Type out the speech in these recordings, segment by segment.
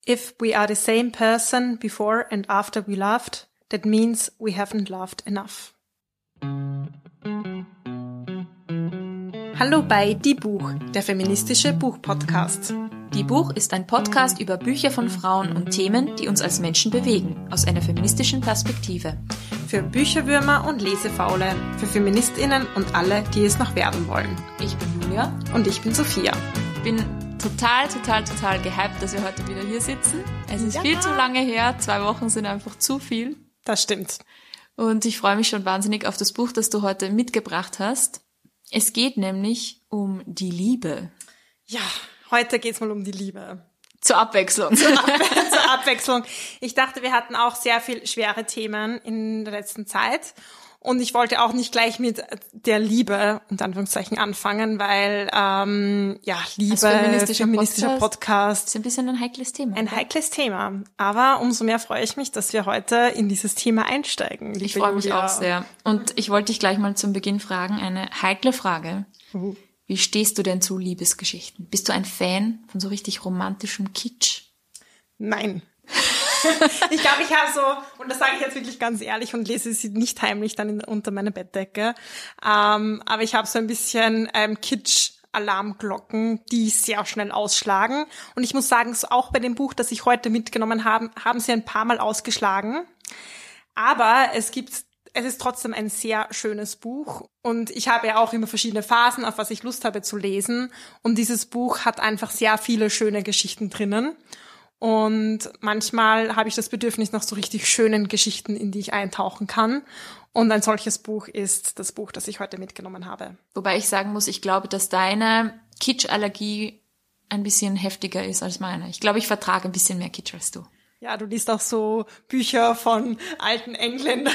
If we are the same person before and after we loved, that means we haven't loved enough. Hallo bei Die Buch, der feministische Buchpodcast. Die Buch ist ein Podcast über Bücher von Frauen und Themen, die uns als Menschen bewegen, aus einer feministischen Perspektive. Für Bücherwürmer und Lesefaule, für FeministInnen und alle, die es noch werden wollen. Ich bin Julia. Und ich bin Sophia. Ich bin total gehypt, dass wir heute wieder hier sitzen. Es ist viel zu lange her, 2 Wochen sind einfach zu viel. Das stimmt. Und ich freue mich schon wahnsinnig auf das Buch, das du heute mitgebracht hast. Es geht nämlich um die Liebe. Ja, heute geht's mal um die Liebe. Zur Abwechslung. Zur Abwechslung. Ich dachte, wir hatten auch sehr viel schwere Themen in der letzten Zeit. Und ich wollte auch nicht gleich mit der Liebe, unter Anführungszeichen, anfangen, weil, Liebe, feministischer Podcast. Ist ein bisschen ein heikles Thema. Ein heikles Thema. Aber umso mehr freue ich mich, dass wir heute in dieses Thema einsteigen. Ich freue mich auch sehr. Und ich wollte dich gleich mal zum Beginn fragen, eine heikle Frage. Wie stehst du denn zu Liebesgeschichten? Bist du ein Fan von so richtig romantischem Kitsch? Nein. Ich glaube, ich habe so, und das sage ich jetzt wirklich ganz ehrlich und lese sie nicht heimlich dann unter meiner Bettdecke, aber ich habe so ein bisschen Kitsch-Alarmglocken, die sehr schnell ausschlagen. Und ich muss sagen, so auch bei dem Buch, das ich heute mitgenommen habe, haben sie ein paar Mal ausgeschlagen. Aber es ist trotzdem ein sehr schönes Buch und ich habe ja auch immer verschiedene Phasen, auf was ich Lust habe zu lesen. Und dieses Buch hat einfach sehr viele schöne Geschichten drinnen. Und manchmal habe ich das Bedürfnis nach so richtig schönen Geschichten, in die ich eintauchen kann. Und ein solches Buch ist das Buch, das ich heute mitgenommen habe. Wobei ich sagen muss, ich glaube, dass deine Kitschallergie ein bisschen heftiger ist als meine. Ich glaube, ich vertrage ein bisschen mehr Kitsch als du. Ja, du liest auch so Bücher von alten Engländerinnen,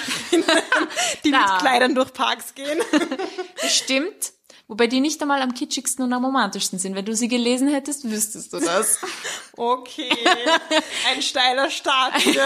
die mit Kleidern durch Parks gehen. Das stimmt. Wobei die nicht einmal am kitschigsten und am romantischsten sind. Wenn du sie gelesen hättest, wüsstest du das. Okay, ein steiler Start hier.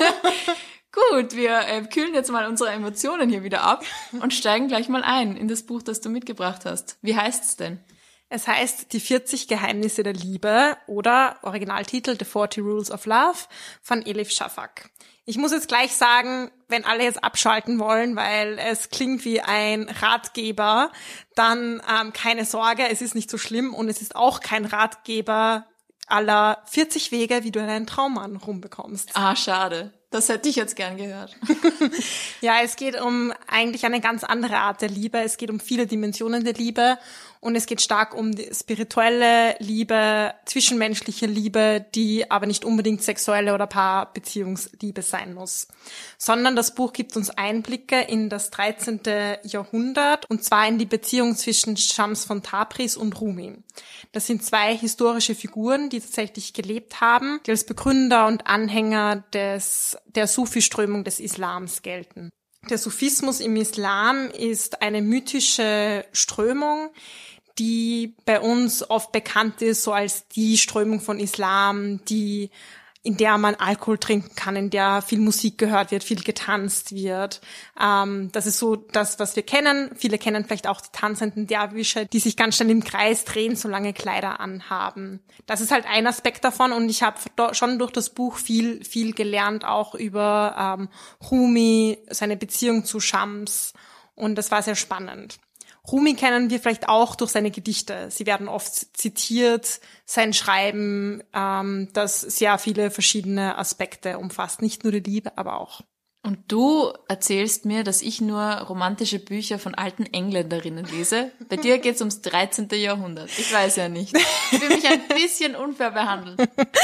Gut, wir kühlen jetzt mal unsere Emotionen hier wieder ab und steigen gleich mal ein in das Buch, das du mitgebracht hast. Wie heißt's denn? Es heißt Die 40 Geheimnisse der Liebe oder Originaltitel The 40 Rules of Love von Elif Shafak. Ich muss jetzt gleich sagen, wenn alle jetzt abschalten wollen, weil es klingt wie ein Ratgeber, dann keine Sorge, es ist nicht so schlimm und es ist auch kein Ratgeber aller 40 Wege, wie du deinen Traummann rumbekommst. Ah, schade. Das hätte ich jetzt gern gehört. Ja, es geht um eigentlich eine ganz andere Art der Liebe. Es geht um viele Dimensionen der Liebe und es geht stark um die spirituelle Liebe, zwischenmenschliche Liebe, die aber nicht unbedingt sexuelle oder Paarbeziehungsliebe sein muss. Sondern das Buch gibt uns Einblicke in das 13. Jahrhundert und zwar in die Beziehung zwischen Shams von Tabriz und Rumi. Das sind 2 historische Figuren, die tatsächlich gelebt haben, die als Begründer und Anhänger der Sufi-Strömung des Islams gelten. Der Sufismus im Islam ist eine mythische Strömung, die bei uns oft bekannt ist, so als die Strömung von Islam, in der man Alkohol trinken kann, in der viel Musik gehört wird, viel getanzt wird. Das ist so das, was wir kennen. Viele kennen vielleicht auch die tanzenden Derwische, die sich ganz schnell im Kreis drehen, solange Kleider anhaben. Das ist halt ein Aspekt davon und ich habe schon durch das Buch viel gelernt, auch über Rumi, seine Beziehung zu Shams und das war sehr spannend. Rumi kennen wir vielleicht auch durch seine Gedichte. Sie werden oft zitiert, sein Schreiben, das sehr viele verschiedene Aspekte umfasst. Nicht nur die Liebe, aber auch. Und du erzählst mir, dass ich nur romantische Bücher von alten Engländerinnen lese. Bei dir geht's ums 13. Jahrhundert. Ich weiß ja nicht. Ich will mich ein bisschen unfair behandeln.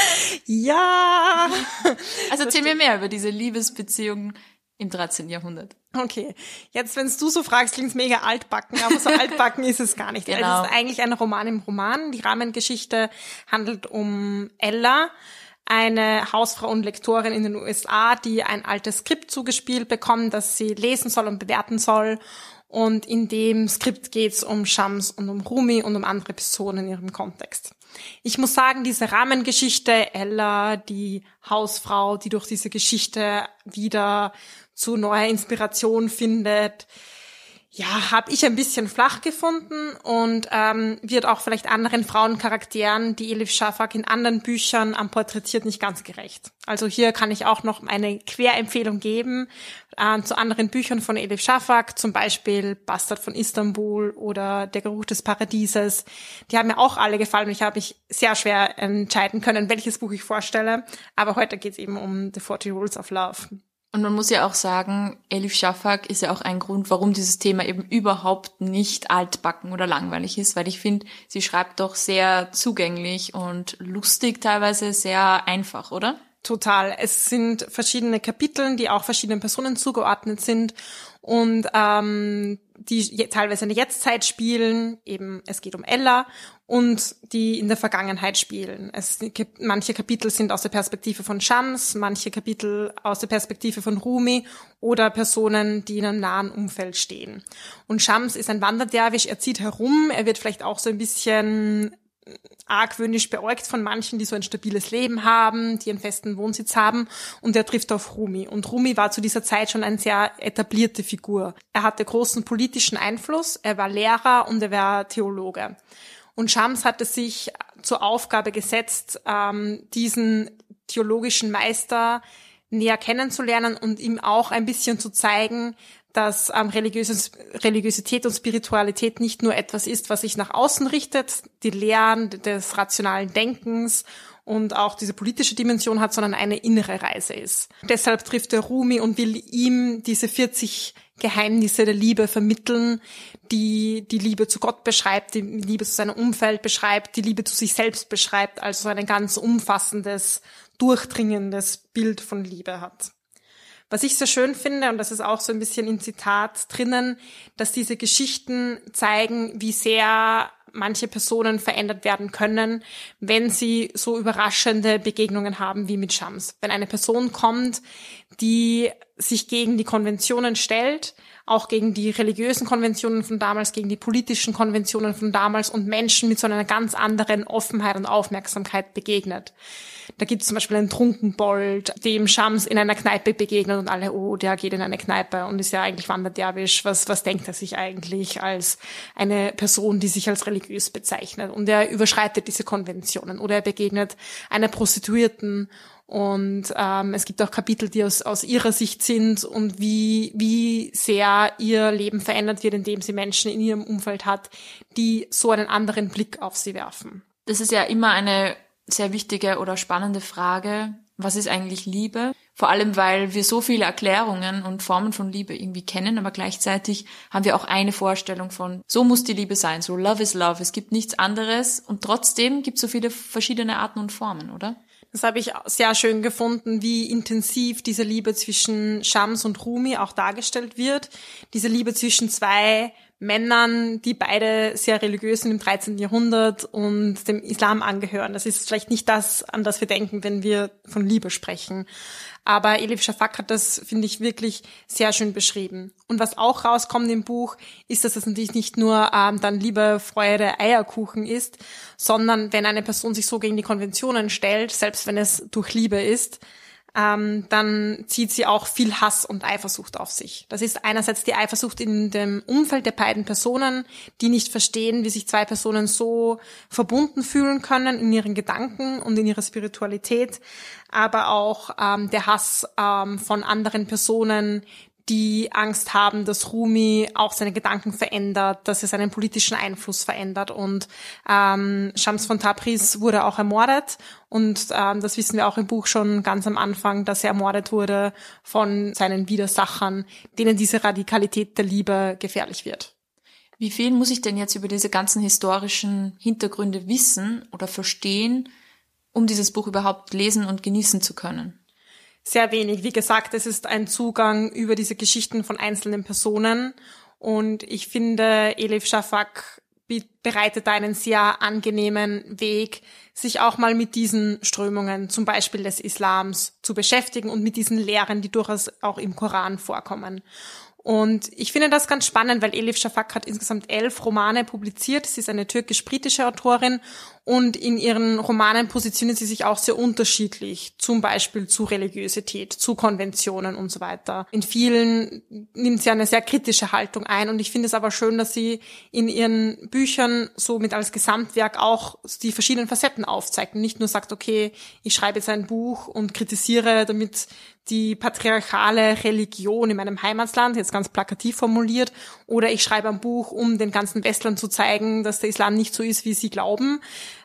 Ja! Also erzähl mir mehr über diese Liebesbeziehung im 13. Jahrhundert. Okay, jetzt, wenn du so fragst, klingt's mega altbacken, aber so altbacken ist es gar nicht. Genau. Es ist eigentlich ein Roman im Roman. Die Rahmengeschichte handelt um Ella, eine Hausfrau und Lektorin in den USA, die ein altes Skript zugespielt bekommt, das sie lesen soll und bewerten soll. Und in dem Skript geht's um Shams und um Rumi und um andere Personen in ihrem Kontext. Ich muss sagen, diese Rahmengeschichte, Ella, die Hausfrau, die durch diese Geschichte wieder zu neuer Inspiration findet, Ja, habe ich ein bisschen flach gefunden und wird auch vielleicht anderen Frauencharakteren, die Elif Shafak in anderen Büchern porträtiert, nicht ganz gerecht. Also hier kann ich auch noch eine Querempfehlung geben zu anderen Büchern von Elif Shafak, zum Beispiel Bastard von Istanbul oder Der Geruch des Paradieses. Die haben mir auch alle gefallen und ich habe mich sehr schwer entscheiden können, welches Buch ich vorstelle. Aber heute geht es eben um The 40 Rules of Love. Und man muss ja auch sagen, Elif Shafak ist ja auch ein Grund, warum dieses Thema eben überhaupt nicht altbacken oder langweilig ist, weil ich finde, sie schreibt doch sehr zugänglich und lustig, teilweise sehr einfach, oder? Total. Es sind verschiedene Kapitel, die auch verschiedenen Personen zugeordnet sind und die teilweise in der Jetztzeit spielen, eben es geht um Ella, und die in der Vergangenheit spielen. Manche Kapitel sind aus der Perspektive von Shams, manche Kapitel aus der Perspektive von Rumi oder Personen, die in einem nahen Umfeld stehen. Und Shams ist ein Wanderderwisch, er zieht herum, er wird vielleicht auch so ein bisschen argwöhnisch beäugt von manchen, die so ein stabiles Leben haben, die einen festen Wohnsitz haben, und er trifft auf Rumi. Und Rumi war zu dieser Zeit schon eine sehr etablierte Figur. Er hatte großen politischen Einfluss, er war Lehrer und er war Theologe. Und Shams hatte sich zur Aufgabe gesetzt, diesen theologischen Meister näher kennenzulernen und ihm auch ein bisschen zu zeigen, dass Religiosität und Spiritualität nicht nur etwas ist, was sich nach außen richtet, die Lehren des rationalen Denkens und auch diese politische Dimension hat, sondern eine innere Reise ist. Deshalb trifft er Rumi und will ihm diese 40 Geheimnisse der Liebe vermitteln, die die Liebe zu Gott beschreibt, die Liebe zu seinem Umfeld beschreibt, die Liebe zu sich selbst beschreibt, also ein ganz umfassendes, durchdringendes Bild von Liebe hat. Was ich sehr schön finde, und das ist auch so ein bisschen im Zitat drinnen, dass diese Geschichten zeigen, wie sehr manche Personen verändert werden können, wenn sie so überraschende Begegnungen haben wie mit Shams. Wenn eine Person kommt, die sich gegen die Konventionen stellt, auch gegen die religiösen Konventionen von damals, gegen die politischen Konventionen von damals und Menschen mit so einer ganz anderen Offenheit und Aufmerksamkeit begegnet. Da gibt es zum Beispiel einen Trunkenbold, dem Shams in einer Kneipe begegnet und alle, oh, der geht in eine Kneipe und ist ja eigentlich Wanderderwisch. Was denkt er sich eigentlich als eine Person, die sich als religiös bezeichnet? Und er überschreitet diese Konventionen. Oder er begegnet einer Prostituierten. Und es gibt auch Kapitel, die aus ihrer Sicht sind und wie sehr ihr Leben verändert wird, indem sie Menschen in ihrem Umfeld hat, die so einen anderen Blick auf sie werfen. Das ist ja immer eine sehr wichtige oder spannende Frage. Was ist eigentlich Liebe? Vor allem, weil wir so viele Erklärungen und Formen von Liebe irgendwie kennen, aber gleichzeitig haben wir auch eine Vorstellung von, so muss die Liebe sein, so Love is Love, es gibt nichts anderes und trotzdem gibt es so viele verschiedene Arten und Formen, oder? Das habe ich sehr schön gefunden, wie intensiv diese Liebe zwischen Shams und Rumi auch dargestellt wird. Diese Liebe zwischen zwei Männern, die beide sehr religiös sind im 13. Jahrhundert und dem Islam angehören. Das ist vielleicht nicht das, an das wir denken, wenn wir von Liebe sprechen. Aber Elif Shafak hat das, finde ich, wirklich sehr schön beschrieben. Und was auch rauskommt im Buch, ist, dass es natürlich nicht nur dann Liebe, Freude, Eierkuchen ist, sondern wenn eine Person sich so gegen die Konventionen stellt, selbst wenn es durch Liebe ist, dann zieht sie auch viel Hass und Eifersucht auf sich. Das ist einerseits die Eifersucht in dem Umfeld der beiden Personen, die nicht verstehen, wie sich zwei Personen so verbunden fühlen können in ihren Gedanken und in ihrer Spiritualität, aber auch der Hass von anderen Personen, die Angst haben, dass Rumi auch seine Gedanken verändert, dass er seinen politischen Einfluss verändert. Und Shams von Tabriz wurde auch ermordet. Und das wissen wir auch im Buch schon ganz am Anfang, dass er ermordet wurde von seinen Widersachern, denen diese Radikalität der Liebe gefährlich wird. Wie viel muss ich denn jetzt über diese ganzen historischen Hintergründe wissen oder verstehen, um dieses Buch überhaupt lesen und genießen zu können? Sehr wenig. Wie gesagt, es ist ein Zugang über diese Geschichten von einzelnen Personen. Und ich finde, Elif Shafak bereitet da einen sehr angenehmen Weg, sich auch mal mit diesen Strömungen, zum Beispiel des Islams, zu beschäftigen und mit diesen Lehren, die durchaus auch im Koran vorkommen. Und ich finde das ganz spannend, weil Elif Shafak hat insgesamt 11 Romane publiziert. Sie ist eine türkisch-britische Autorin Und in ihren Romanen positioniert sie sich auch sehr unterschiedlich, zum Beispiel zu Religiosität, zu Konventionen und so weiter. In vielen nimmt sie eine sehr kritische Haltung ein und ich finde es aber schön, dass sie in ihren Büchern somit als Gesamtwerk auch die verschiedenen Facetten aufzeigt und nicht nur sagt, okay, ich schreibe jetzt ein Buch und kritisiere damit die patriarchale Religion in meinem Heimatland, jetzt ganz plakativ formuliert, oder ich schreibe ein Buch, um den ganzen Westlern zu zeigen, dass der Islam nicht so ist, wie sie glauben,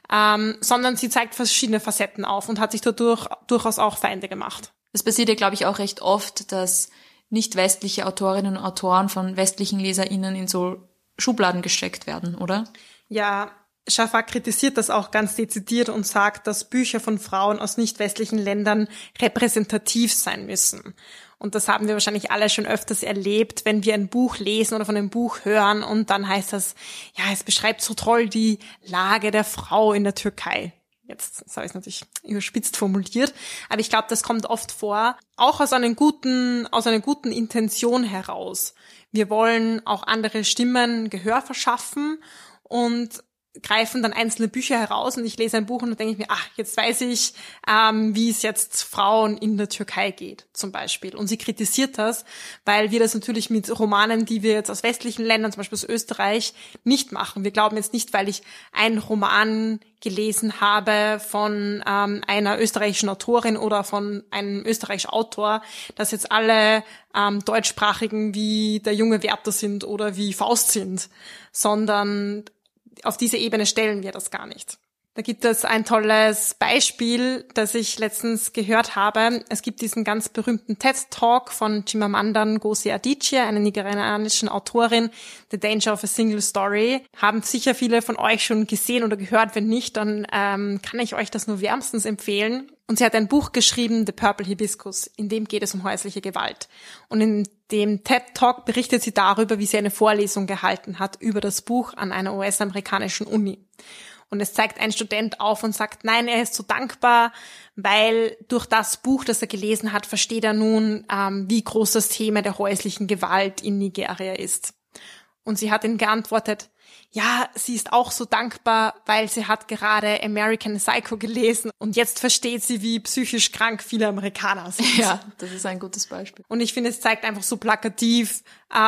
sondern sie zeigt verschiedene Facetten auf und hat sich dadurch durchaus auch Feinde gemacht. Das passiert ja, glaube ich, auch recht oft, dass nicht westliche Autorinnen und Autoren von westlichen LeserInnen in so Schubladen gesteckt werden, oder? Ja, Shafak kritisiert das auch ganz dezidiert und sagt, dass Bücher von Frauen aus nicht westlichen Ländern repräsentativ sein müssen. Und das haben wir wahrscheinlich alle schon öfters erlebt, wenn wir ein Buch lesen oder von einem Buch hören und dann heißt das, ja, es beschreibt so toll die Lage der Frau in der Türkei. Jetzt habe ich es natürlich überspitzt formuliert, aber ich glaube, das kommt oft vor, auch aus einer guten Intention heraus. Wir wollen auch andere Stimmen Gehör verschaffen und greifen dann einzelne Bücher heraus und ich lese ein Buch und dann denke ich mir, jetzt weiß ich, wie es jetzt Frauen in der Türkei geht, zum Beispiel. Und sie kritisiert das, weil wir das natürlich mit Romanen, die wir jetzt aus westlichen Ländern, zum Beispiel aus Österreich, nicht machen. Wir glauben jetzt nicht, weil ich einen Roman gelesen habe von einer österreichischen Autorin oder von einem österreichischen Autor, dass jetzt alle Deutschsprachigen wie der junge Werther sind oder wie Faust sind, sondern auf diese Ebene stellen wir das gar nicht. Da gibt es ein tolles Beispiel, das ich letztens gehört habe. Es gibt diesen ganz berühmten TED-Talk von Chimamanda Ngozi Adichie, einer nigerianischen Autorin, The Danger of a Single Story. Haben sicher viele von euch schon gesehen oder gehört. Wenn nicht, dann kann ich euch das nur wärmstens empfehlen. Und sie hat ein Buch geschrieben, The Purple Hibiscus, in dem geht es um häusliche Gewalt. Und in dem TED-Talk berichtet sie darüber, wie sie eine Vorlesung gehalten hat über das Buch an einer US-amerikanischen Uni. Und es zeigt ein Student auf und sagt, nein, er ist so dankbar, weil durch das Buch, das er gelesen hat, versteht er nun, wie groß das Thema der häuslichen Gewalt in Nigeria ist. Und sie hat ihm geantwortet, ja, sie ist auch so dankbar, weil sie hat gerade American Psycho gelesen und jetzt versteht sie, wie psychisch krank viele Amerikaner sind. Ja, das ist ein gutes Beispiel. Und ich finde, es zeigt einfach so plakativ,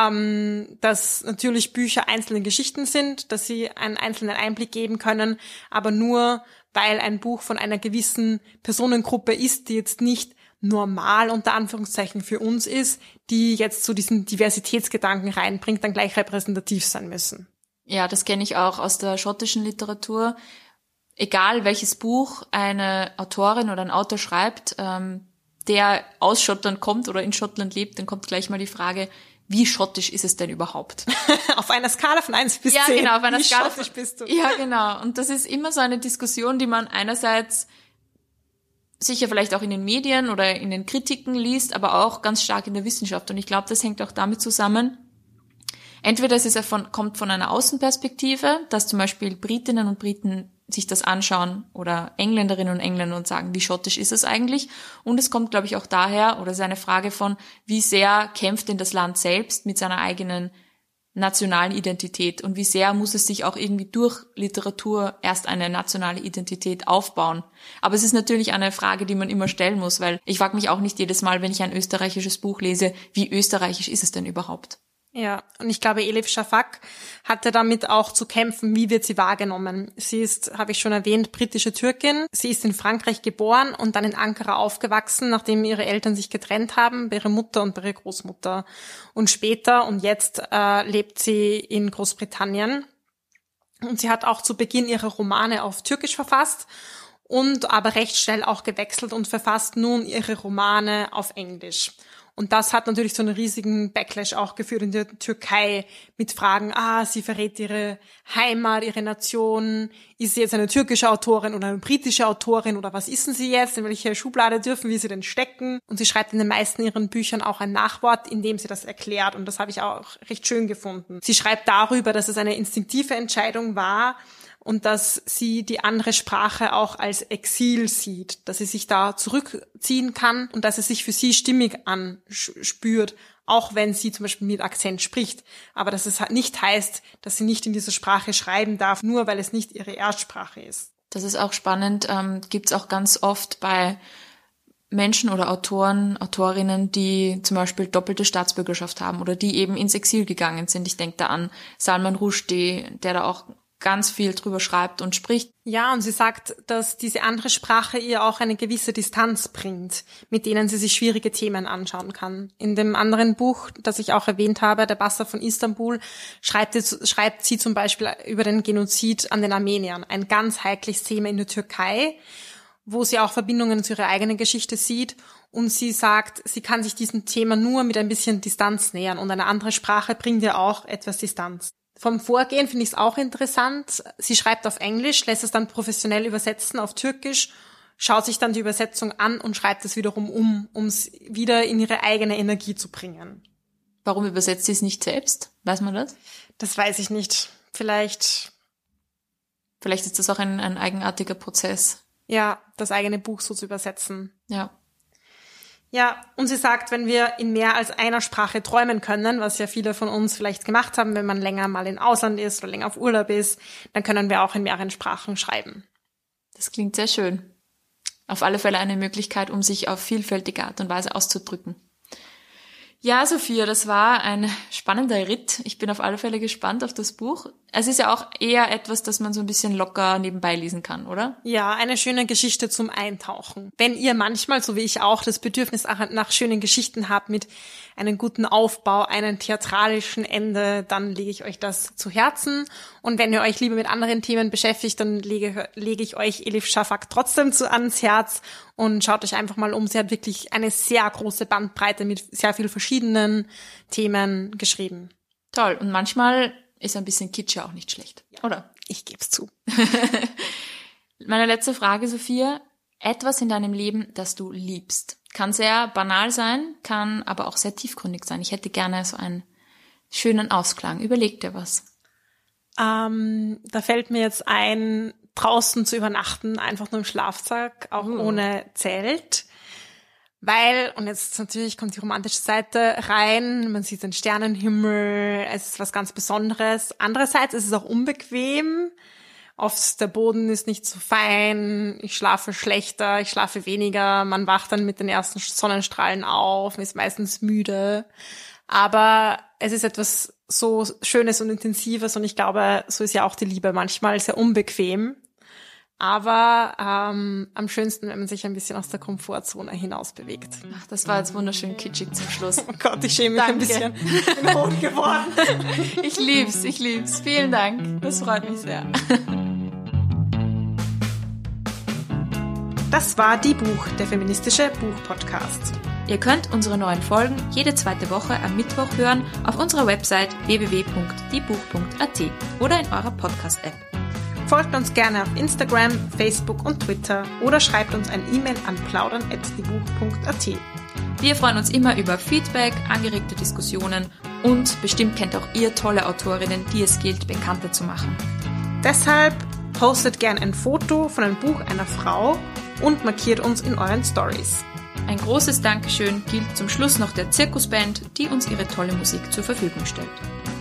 dass natürlich Bücher einzelne Geschichten sind, dass sie einen einzelnen Einblick geben können, aber nur, weil ein Buch von einer gewissen Personengruppe ist, die jetzt nicht normal unter Anführungszeichen für uns ist, die jetzt so diesen Diversitätsgedanken reinbringt, dann gleich repräsentativ sein müssen. Ja, das kenne ich auch aus der schottischen Literatur. Egal welches Buch eine Autorin oder ein Autor schreibt, der aus Schottland kommt oder in Schottland lebt, dann kommt gleich mal die Frage, wie schottisch ist es denn überhaupt? Auf einer Skala von 1 bis 10. Ja, genau, auf einer Skala schottisch bist du? Ja, genau. Und das ist immer so eine Diskussion, die man einerseits sicher vielleicht auch in den Medien oder in den Kritiken liest, aber auch ganz stark in der Wissenschaft. Und ich glaube, das hängt auch damit zusammen, entweder kommt von einer Außenperspektive, dass zum Beispiel Britinnen und Briten sich das anschauen oder Engländerinnen und Engländer und sagen, wie schottisch ist es eigentlich? Und es kommt, glaube ich, auch daher, oder es ist eine Frage von, wie sehr kämpft denn das Land selbst mit seiner eigenen nationalen Identität und wie sehr muss es sich auch irgendwie durch Literatur erst eine nationale Identität aufbauen. Aber es ist natürlich eine Frage, die man immer stellen muss, weil ich frage mich auch nicht jedes Mal, wenn ich ein österreichisches Buch lese, wie österreichisch ist es denn überhaupt? Ja, und ich glaube, Elif Shafak hatte damit auch zu kämpfen, wie wird sie wahrgenommen. Sie ist, habe ich schon erwähnt, britische Türkin. Sie ist in Frankreich geboren und dann in Ankara aufgewachsen, nachdem ihre Eltern sich getrennt haben, bei ihrer Mutter und bei ihrer Großmutter. Und später und jetzt lebt sie in Großbritannien. Und sie hat auch zu Beginn ihre Romane auf Türkisch verfasst und aber recht schnell auch gewechselt und verfasst nun ihre Romane auf Englisch. Und das hat natürlich so einen riesigen Backlash auch geführt in der Türkei mit Fragen, sie verrät ihre Heimat, ihre Nation, ist sie jetzt eine türkische Autorin oder eine britische Autorin oder was ist denn sie jetzt, in welche Schublade dürfen wir sie denn stecken? Und sie schreibt in den meisten ihren Büchern auch ein Nachwort, in dem sie das erklärt und das habe ich auch recht schön gefunden. Sie schreibt darüber, dass es eine instinktive Entscheidung war, und dass sie die andere Sprache auch als Exil sieht, dass sie sich da zurückziehen kann und dass es sich für sie stimmig anspürt, auch wenn sie zum Beispiel mit Akzent spricht. Aber dass es nicht heißt, dass sie nicht in dieser Sprache schreiben darf, nur weil es nicht ihre Erstsprache ist. Das ist auch spannend, gibt's auch ganz oft bei Menschen oder Autoren, Autorinnen, die zum Beispiel doppelte Staatsbürgerschaft haben oder die eben ins Exil gegangen sind. Ich denke da an Salman Rushdie, der da auch ganz viel drüber schreibt und spricht. Ja, und sie sagt, dass diese andere Sprache ihr auch eine gewisse Distanz bringt, mit denen sie sich schwierige Themen anschauen kann. In dem anderen Buch, das ich auch erwähnt habe, Der Bastard von Istanbul, schreibt sie zum Beispiel über den Genozid an den Armeniern, ein ganz heikles Thema in der Türkei, wo sie auch Verbindungen zu ihrer eigenen Geschichte sieht. Und sie sagt, sie kann sich diesem Thema nur mit ein bisschen Distanz nähern. Und eine andere Sprache bringt ihr auch etwas Distanz. Vom Vorgehen finde ich es auch interessant. Sie schreibt auf Englisch, lässt es dann professionell übersetzen auf Türkisch, schaut sich dann die Übersetzung an und schreibt es wiederum um es wieder in ihre eigene Energie zu bringen. Warum übersetzt sie es nicht selbst? Weiß man das? Das weiß ich nicht. Vielleicht ist das auch ein eigenartiger Prozess. Ja, das eigene Buch so zu übersetzen. Ja. Ja, und sie sagt, wenn wir in mehr als einer Sprache träumen können, was ja viele von uns vielleicht gemacht haben, wenn man länger mal im Ausland ist oder länger auf Urlaub ist, dann können wir auch in mehreren Sprachen schreiben. Das klingt sehr schön. Auf alle Fälle eine Möglichkeit, um sich auf vielfältige Art und Weise auszudrücken. Ja, Sophia, das war ein spannender Ritt. Ich bin auf alle Fälle gespannt auf das Buch. Es ist ja auch eher etwas, das man so ein bisschen locker nebenbei lesen kann, oder? Ja, eine schöne Geschichte zum Eintauchen. Wenn ihr manchmal, so wie ich auch, das Bedürfnis nach schönen Geschichten habt mit einem guten Aufbau, einem theatralischen Ende, dann lege ich euch das zu Herzen. Und wenn ihr euch lieber mit anderen Themen beschäftigt, dann lege ich euch Elif Shafak trotzdem ans Herz und schaut euch einfach mal um. Sie hat wirklich eine sehr große Bandbreite mit sehr vielen verschiedenen Themen geschrieben. Toll. Und manchmal ist ein bisschen Kitsch ja auch nicht schlecht, oder? Ich geb's zu. Meine letzte Frage, Sophia. Etwas in deinem Leben, das du liebst. Kann sehr banal sein, kann aber auch sehr tiefgründig sein. Ich hätte gerne so einen schönen Ausklang. Überleg dir was. Da fällt mir jetzt ein, draußen zu übernachten, einfach nur im Schlafsack, auch ohne Zelt. Weil, und jetzt natürlich kommt die romantische Seite rein, man sieht den Sternenhimmel, es ist was ganz Besonderes. Andererseits ist es auch unbequem. Oft der Boden ist nicht so fein, ich schlafe schlechter, ich schlafe weniger, man wacht dann mit den ersten Sonnenstrahlen auf, ist meistens müde. Aber es ist etwas so Schönes und Intensives und ich glaube, so ist ja auch die Liebe manchmal sehr unbequem. Aber am schönsten, wenn man sich ein bisschen aus der Komfortzone hinaus bewegt. Ach, das war jetzt wunderschön kitschig zum Schluss. Oh Gott, ich schäme mich ein bisschen. Ich bin rot geworden. Ich lieb's. Vielen Dank. Das freut mich sehr. Das war Die Buch, der feministische Buch-Podcast. Ihr könnt unsere neuen Folgen jede zweite Woche am Mittwoch hören auf unserer Website www.diebuch.at oder in eurer Podcast-App. Folgt uns gerne auf Instagram, Facebook und Twitter oder schreibt uns ein E-Mail an plaudern@diebuch.at. Wir freuen uns immer über Feedback, angeregte Diskussionen und bestimmt kennt auch ihr tolle Autorinnen, die es gilt, bekannter zu machen. Deshalb postet gern ein Foto von einem Buch einer Frau und markiert uns in euren Stories. Ein großes Dankeschön gilt zum Schluss noch der Zirkusband, die uns ihre tolle Musik zur Verfügung stellt.